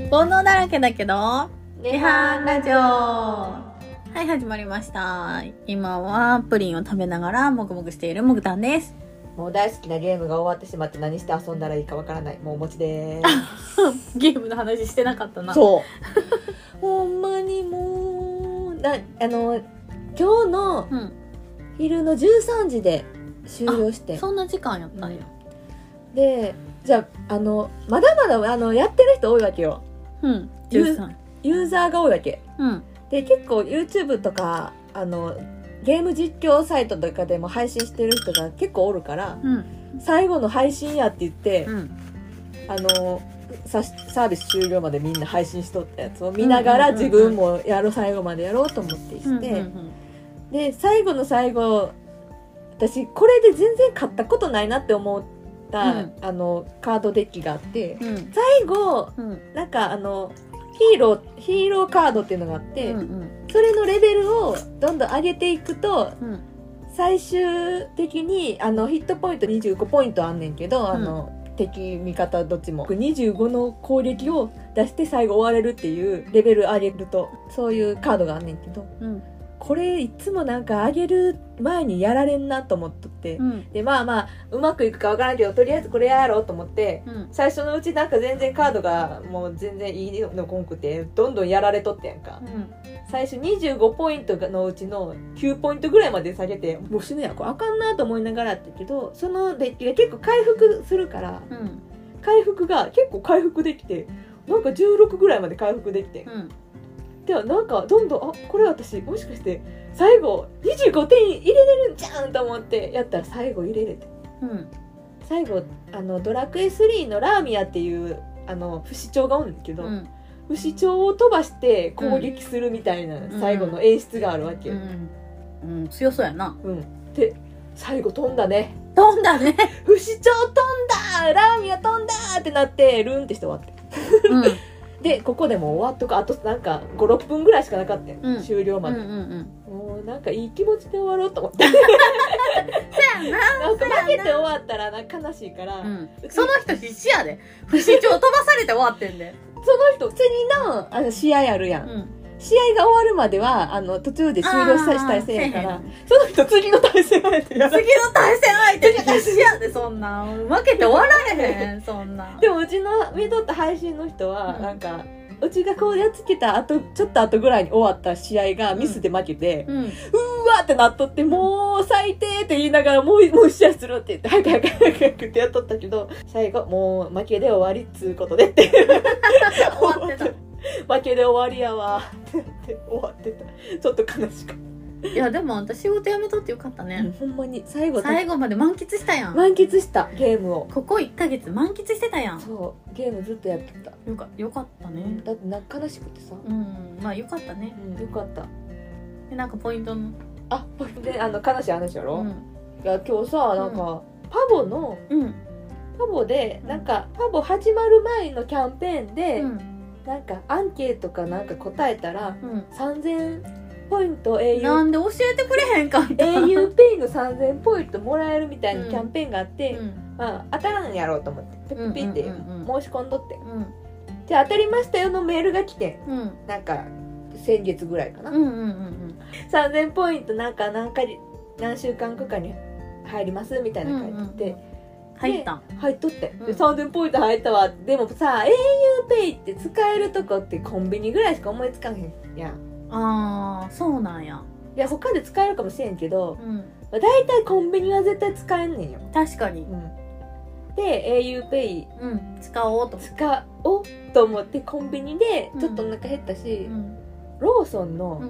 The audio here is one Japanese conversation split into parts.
煩悩だらけだけど涅槃ラジオ。 はい始まりました。今はプリンを食べながらもぐもぐしているもぐたんです。 もう大好きなゲームが終わってしまって何して遊んだらいいかわからない。もうお餅でゲームの話してなかったな。 そうほんまにもう今日の昼の13時で終了して、 そんな時間やったんや。 でじゃあまだまだやってる人多いわけよ。 13 ユーザーが多いわけ。で結構 YouTube とかゲーム実況サイトとかでも配信してる人が結構おるから、最後の配信やって言って、サービス終了までみんな配信しとったやつを見ながら自分も最後までやろうと思ってして、で最後の最後私これで全然買ったことないなって思った、カードデッキがあって、最後、なんかヒーローカードっていうのがあって、それのレベルをどんどん上げていくと、最終的にヒットポイント25ポイントあんねんけど、敵味方どっちも25の攻撃を出して最後終われるっていうレベル上げるとそういうカードがあんねんけど、これいつもなんか上げる前にやられんなと思っとって、でまあうまくいくかわからんけどとりあえずこれやろうと思って、最初のうちなんか全然カードがもう全然いいのこんくてどんどんやられとってやんか、最初25ポイントのうちの9ポイントぐらいまで下げてもう死ぬやんこれあかんなと思いながらってけど、そのデッキが結構回復するから、回復が結構回復できてなんか16ぐらいまで回復できて、ではなんかどんどんこれ私もしかして最後25点入れれるんじゃんと思ってやったら最後入れれて、最後ドラクエ3のラーミアっていう不死鳥がおるんだけど、不死鳥を飛ばして攻撃するみたいな最後の演出があるわけよ。 強そうやな。 で最後飛んだね。 飛んだね。 不死鳥飛んだラーミア飛んだってなってルンってして終わって。でここでもう終わっとく、あとなんか 5,6 分ぐらいしかなかったよ、終了まで。もうなんかいい気持ちで終わろうと思ってなんか負けて終わったらなんか悲しいから、 その人必死やで。不死鳥飛ばされて終わってんで。 その人次の試合あるやん、試合が終わるまでは途中で終了した体制やから、その人次の対戦相手や次の対戦相手必死やで。そんな負けて終わられへんそんな。 でもうちの見とった配信の人は、なんかうちがこうやっつけたちょっと後ぐらいに終わった試合がミスで負けて、うわーってなっとって、もう最低って言いながらもう一試合するって言って早くってやっとったけど、最後もう負けで終わりっつうことでって終わってた。 負けで終わりやわって終わってた。ちょっと悲しかった。 いやでも私仕事辞めとってよかったね、 ほんまに最後まで満喫したやん。 満喫したゲームをここ1ヶ月満喫してたやん。 そうゲームずっとやってた。 よかったね、 だって悲しくてさ、 まあよかったね、 よかった。 でなんかポイントので悲しい話やろ、いや今日さなんか、パボでなんかパボ始まる前のキャンペーンで、なんかアンケートかなんか答えたら、3000ポイントなんで教えてくれへんかった。 auPay の3000ポイントもらえるみたいなキャンペーンがあって、当たらんやろうと思ってピッピッて申し込んどって、じゃあ当たりましたよのメールが来て、なんか先月ぐらいかな、3000ポイントなんか何週間後かに入りますみたいな書いてて、入っとって、3000ポイント入ったわ。でもさ auPay って使えるとこってコンビニぐらいしか思いつかへんやん。 そうなんや。 いや他で使えるかもしれんけど、だいたいコンビニは絶対使えんねんよ。 確かに、 で auPay、 使おうと思ってコンビニでちょっとお腹減ったし、ローソンの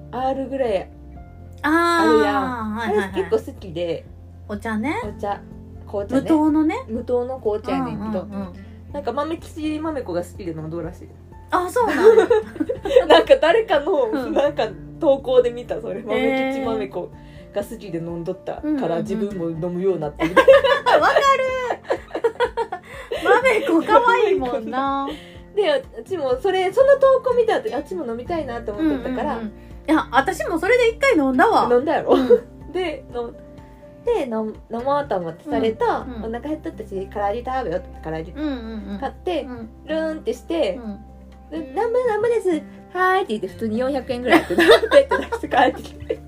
R ぐらいあるやん、あれ結構好きで、 お茶ね、 紅茶ね、無糖の紅茶やねんけど、なんか豆吉豆子が好きで飲んどるらしい。 そうなんやなんか誰かのなんか投稿で見た、それ豆吉豆子が好きで飲んどったから自分も飲むようになってる。わかる豆子かわいいもんな。 でうちもその投稿見た後あっちも飲みたいなと思ってたから、いや私もそれで一回飲んだわ。 飲んだやろ、で飲もうと思ってされた、お腹減っとったし唐揚げ食べよって唐揚げ買って、ルーンってして、 なんぼです。はーいって言って普通に400円ぐらいってペって出して帰ってきて。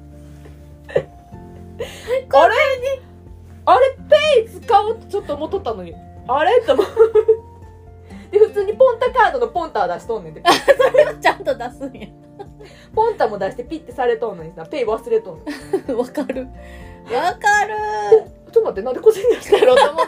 あれペイ使おうとちょっと思っとったのに。あれと思う。で、普通にポンタカードのポンター出しとんねんで。 それをちゃんと出すんや。 ポンタも出してピッてされとんのにさ、ペイ忘れとんの。 わかる。わかる。 ちょっと待って、なんで小銭出したやろうと思って、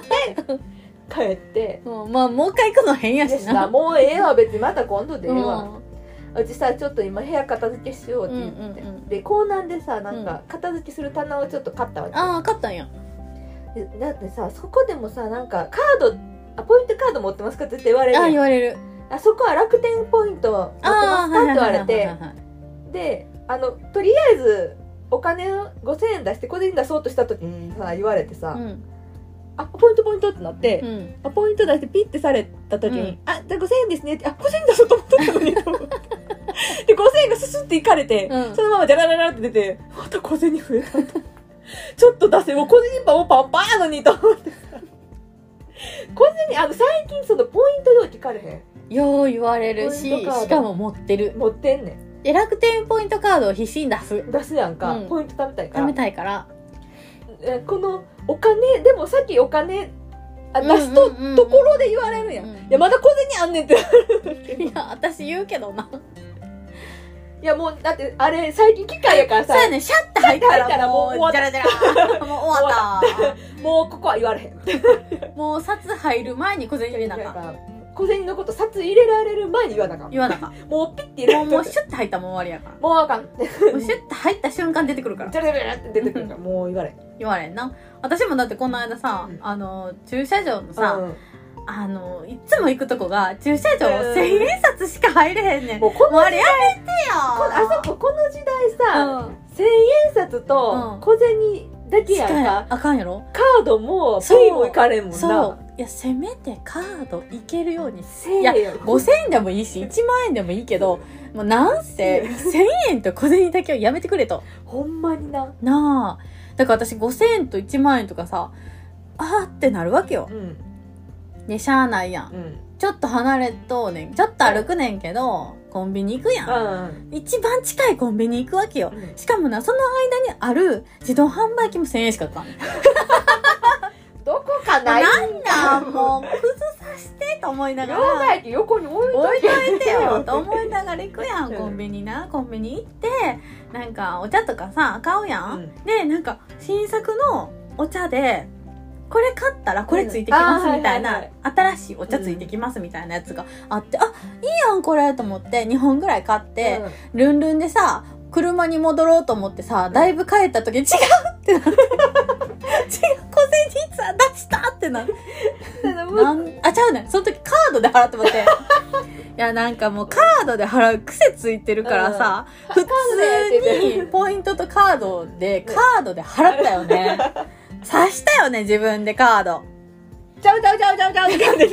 帰って。 まあ、もう一回行くの変やしな。 もうええわ、別にまた今度でええわ。うちさ、ちょっと今部屋片付けしようって言って。で、港南でさ、なんか片付けする棚をちょっと買ったわけ。 ああ、買ったんや。 だってさ、そこでもさ、なんかカード、ポイントカード持ってますかって言われるやん。 あ、言われる。 そこは楽天ポイント持ってますかって言われて、で、とりあえずお金を5000円出して小銭出そうとした時にさ、言われてさ、ポイントってなって、ポイント出してピッてされた時に、じゃあ5000円ですねって、小銭出そうと思ったのにと思って。で、5000円がススっていかれて、そのままジャラララって出て、また小銭増えたと。ちょっと出せ、もう小銭パンパンパンやのにと思ってさ。小銭、最近そのポイントよう聞かれへん。 よう言われるし、しかも持ってる。 持ってんねん。 で、楽天ポイントカードを必死に出す。 出すやんか。ポイント貯めたいから。 貯めたいから。 このお金、でもさっきお金出すところで言われるやん。いや、まだ小銭あんねんってなる。 いや、私言うけどな。 いや、もう、だって、あれ、最近機械やからさ。 そうやね、シャッて入ったらもう、ジャラジャラ。もう終わった。 もう、ここは言われへん。 もう、札入る前に小銭入れなあかん。 小銭のこと、札入れられる前に言わなあかん。 言わなあかん。 もう、ピッて入れられる。 もう、シュッて入ったらもう終わりやから。 もうあかん。もうシュッて入った瞬間出てくるから。 ジャラジャラって出てくるから、もう言われん。 言われんな。私もだってこの間さ、駐車場のさ、いつも行くとこが駐車場1000円札しか入れへんねん。もうあれやめてよ。 あそここの時代さ、1000円札と小銭だけやんか。 あかんやろ。 カードもペイもいかれんもんな。 そう。いや、せめてカードいけるようにせえよ。いや、 5000円でもいいし、1万円でもいいけど、もうなんせ、1000円と小銭だけはやめてくれと。 ほんまにな。 なあ。だから私5000円と1万円とかさ、あーってなるわけよ。で、しゃあないやん。ちょっと離れとねん。ちょっと歩くねんけど、コンビニ行くやん。一番近いコンビニ行くわけよ。しかもな、その間にある自動販売機も1000円しかかんねん。 どこかないんだもう、崩さしてと思いながら。 両替機横に置いといてよと思いながら行くやん、コンビニな。コンビニ行って、なんかお茶とかさ、買うやん。で、なんか新作のお茶で、これ買ったらこれついてきますみたいな、新しいお茶ついてきますみたいなやつがあって、あ、いいやんこれと思って2本ぐらい買って、ルンルンでさ、車に戻ろうと思ってさ、だいぶ帰った時に違うってなって。違う、小銭いつは出したってなって。ちゃうねん。その時カードで払ってもらって。いや、なんかもうカードで払う癖ついてるからさ、普通にポイントとカードで払ったよね。刺したよね、自分でカード。 ちゃうって感じで。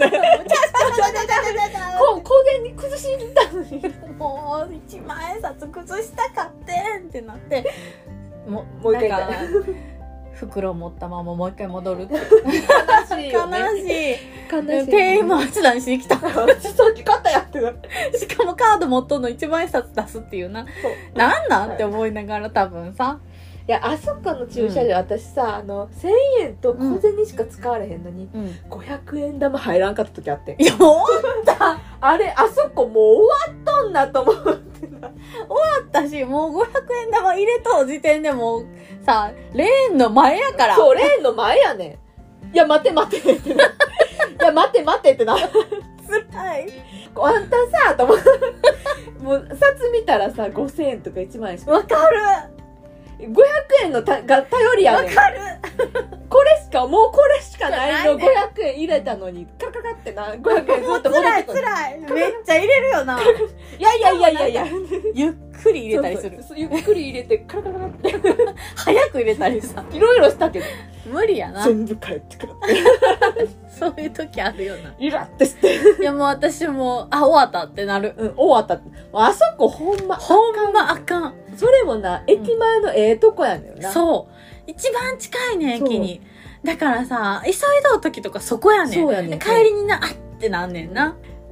小銭崩しに行ったのに。 もう、1万円札崩したかってんってなって、 もう一回袋持ったままもう一回戻るって。 悲しいよね。 悲しい。店員も圧談しに来た。 さっき買ったやってな。 しかもカード持っとんの1万円札出すっていうな。なんって思いながら多分さ。 いや、あそこの駐車場、私さ、1000円と小銭しか使われへんのに、500円玉入らんかった時あって。 いや、終わったあれ、あそこもう終わっとんなと思ってな。終わったし、もう500円玉入れとう時点でもう、さ、レーンの前やから。 そう、レーンの前やねん。いや、待てってな。いや、待てってな。 辛い。 あんたさ、と思って。もう、札見たらさ、5000円とか1万円しか。 わかる。 500円のが頼りやねん。 わかる。 これしかないの500円入れたのに、カカカってな、500円ずっと戻ってくる。 辛い。めっちゃ入れるよな。 いや。 ゆっくり入れたりする。 ゆっくり入れて、カラカラって。 早く入れたりさ。 いろいろしたけど。 無理やな。 全部帰ってくる。 そういう時あるよな。 イラってして。 いやもう私も、終わったってなる。 終わったって。あそこほんまあかん。 それもな、駅前のとこやねんな。 そう。一番近いね、駅に。だからさ、急いどう時とかそこやねん。 そうやねん。 帰りにな、あってなんねんな。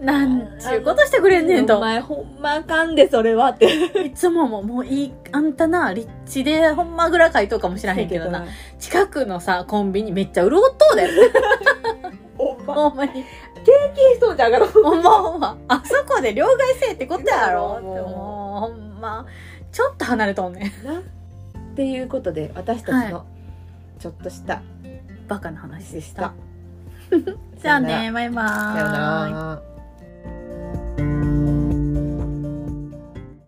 なんちゅうことしてくれんねんと。 お前ほんまあかんでそれはっていつももういい、あんたな、立地でほんまぐらかいとうかもしらへんけどな。近くのさ、コンビニめっちゃ潤っとうで。 ほんまほんまに。 経験しとんじゃんからほんまほんま。あそこで両替せえってことやろってもう、ほんま。ちょっと離れとんねん。 なっていうことで私たちのちょっとしたバカな話でし。 でしたたじゃあね、バイバーイ。 さよなら。